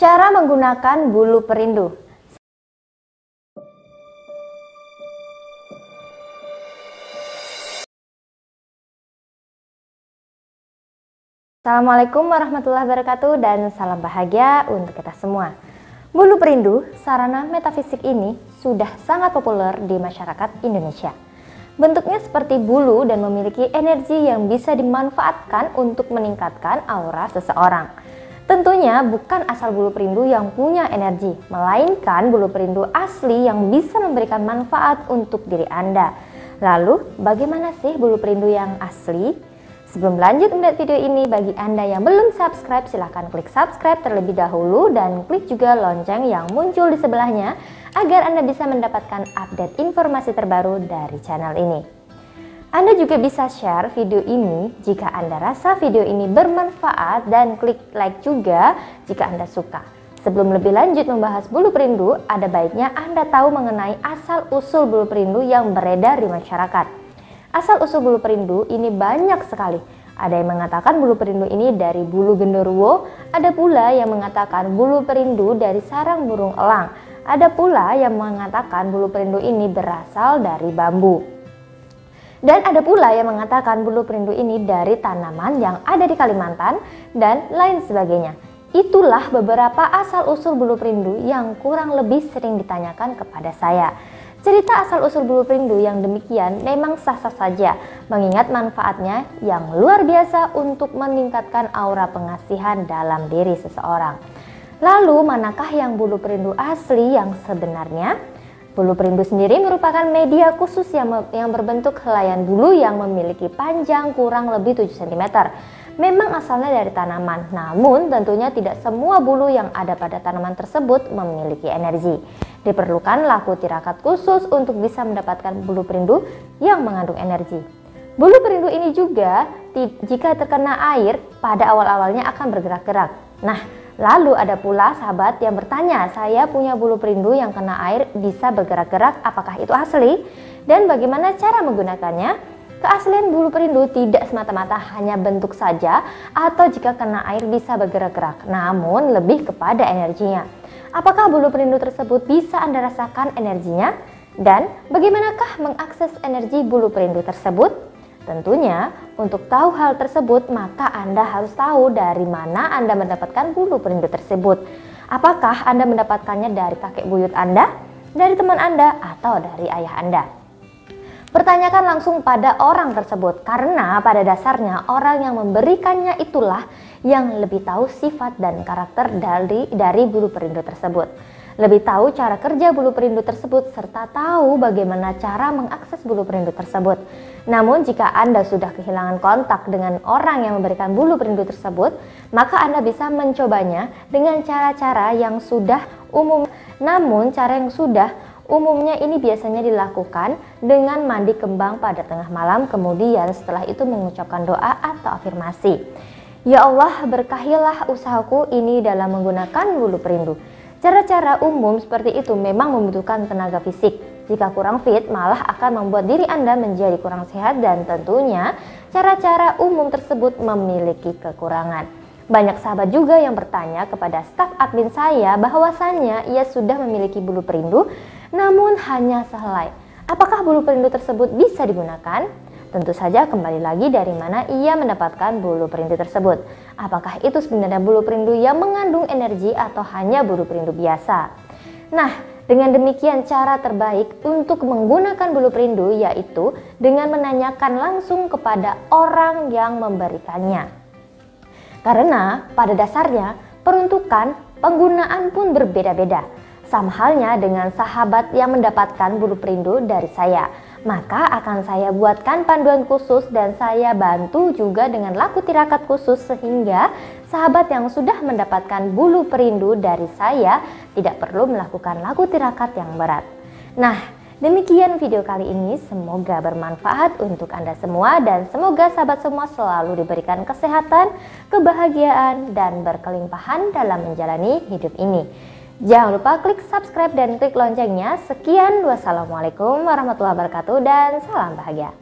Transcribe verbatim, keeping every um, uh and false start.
Cara menggunakan bulu perindu. Assalamualaikum warahmatullahi wabarakatuh dan salam bahagia untuk kita semua. Bulu perindu, sarana metafisik ini sudah sangat populer di masyarakat Indonesia. Bentuknya seperti bulu dan memiliki energi yang bisa dimanfaatkan untuk meningkatkan aura seseorang. Tentunya bukan asal bulu perindu yang punya energi, melainkan bulu perindu asli yang bisa memberikan manfaat untuk diri Anda. Lalu, bagaimana sih bulu perindu yang asli? Sebelum lanjut melihat video ini, bagi Anda yang belum subscribe, silahkan klik subscribe terlebih dahulu dan klik juga lonceng yang muncul di sebelahnya agar Anda bisa mendapatkan update informasi terbaru dari channel ini. Anda juga bisa share video ini jika Anda rasa video ini bermanfaat dan klik like juga jika Anda suka. Sebelum lebih lanjut membahas bulu perindu, ada baiknya Anda tahu mengenai asal-usul bulu perindu yang beredar di masyarakat. Asal-usul bulu perindu ini banyak sekali. Ada yang mengatakan bulu perindu ini dari bulu genderuwo, ada pula yang mengatakan bulu perindu dari sarang burung elang, ada pula yang mengatakan bulu perindu ini berasal dari bambu. Dan ada pula yang mengatakan bulu perindu ini dari tanaman yang ada di Kalimantan dan lain sebagainya. Itulah beberapa asal-usul bulu perindu yang kurang lebih sering ditanyakan kepada saya. Cerita asal-usul bulu perindu yang demikian memang sah-sah saja, mengingat manfaatnya yang luar biasa untuk meningkatkan aura pengasihan dalam diri seseorang. Lalu, manakah yang bulu perindu asli yang sebenarnya? Bulu perindu sendiri merupakan media khusus yang, yang berbentuk helaian bulu yang memiliki panjang kurang lebih tujuh sentimeter. Memang asalnya dari tanaman, namun tentunya tidak semua bulu yang ada pada tanaman tersebut memiliki energi. Diperlukan laku tirakat khusus untuk bisa mendapatkan bulu perindu yang mengandung energi. Bulu perindu ini juga jika terkena air pada awal-awalnya akan bergerak-gerak. Nah, lalu ada pula sahabat yang bertanya, saya punya bulu perindu yang kena air bisa bergerak-gerak, apakah itu asli? Dan bagaimana cara menggunakannya? Keaslian bulu perindu tidak semata-mata hanya bentuk saja atau jika kena air bisa bergerak-gerak, namun lebih kepada energinya. Apakah bulu perindu tersebut bisa Anda rasakan energinya? Dan bagaimanakah mengakses energi bulu perindu tersebut? Tentunya untuk tahu hal tersebut maka Anda harus tahu dari mana Anda mendapatkan bulu perindu tersebut. Apakah Anda mendapatkannya dari kakek buyut Anda, dari teman Anda, atau dari ayah Anda? Pertanyakan langsung pada orang tersebut, karena pada dasarnya orang yang memberikannya itulah yang lebih tahu sifat dan karakter dari, dari bulu perindu tersebut. Lebih tahu cara kerja bulu perindu tersebut serta tahu bagaimana cara mengakses bulu perindu tersebut. Namun jika Anda sudah kehilangan kontak dengan orang yang memberikan bulu perindu tersebut, maka Anda bisa mencobanya dengan cara-cara yang sudah umum. Namun cara yang sudah umumnya ini biasanya dilakukan dengan mandi kembang pada tengah malam, kemudian setelah itu mengucapkan doa atau afirmasi. Ya Allah, berkahilah usahaku ini dalam menggunakan bulu perindu. Cara-cara umum seperti itu memang membutuhkan tenaga fisik. Jika kurang fit, malah akan membuat diri Anda menjadi kurang sehat dan tentunya cara-cara umum tersebut memiliki kekurangan. Banyak sahabat juga yang bertanya kepada staf admin saya bahwasannya ia sudah memiliki bulu perindu namun hanya sehelai. Apakah bulu perindu tersebut bisa digunakan? Tentu saja kembali lagi dari mana ia mendapatkan bulu perindu tersebut. Apakah itu sebenarnya bulu perindu yang mengandung energi atau hanya bulu perindu biasa? Nah, dengan demikian cara terbaik untuk menggunakan bulu perindu yaitu dengan menanyakan langsung kepada orang yang memberikannya. Karena pada dasarnya peruntukan penggunaan pun berbeda-beda. Sama halnya dengan sahabat yang mendapatkan bulu perindu dari saya. Maka akan saya buatkan panduan khusus dan saya bantu juga dengan laku tirakat khusus sehingga sahabat yang sudah mendapatkan bulu perindu dari saya tidak perlu melakukan laku tirakat yang berat. Nah, demikian video kali ini, semoga bermanfaat untuk Anda semua dan semoga sahabat semua selalu diberikan kesehatan, kebahagiaan, dan berkelimpahan dalam menjalani hidup ini. Jangan lupa klik subscribe dan klik loncengnya. Sekian, wassalamualaikum warahmatullahi wabarakatuh dan salam bahagia.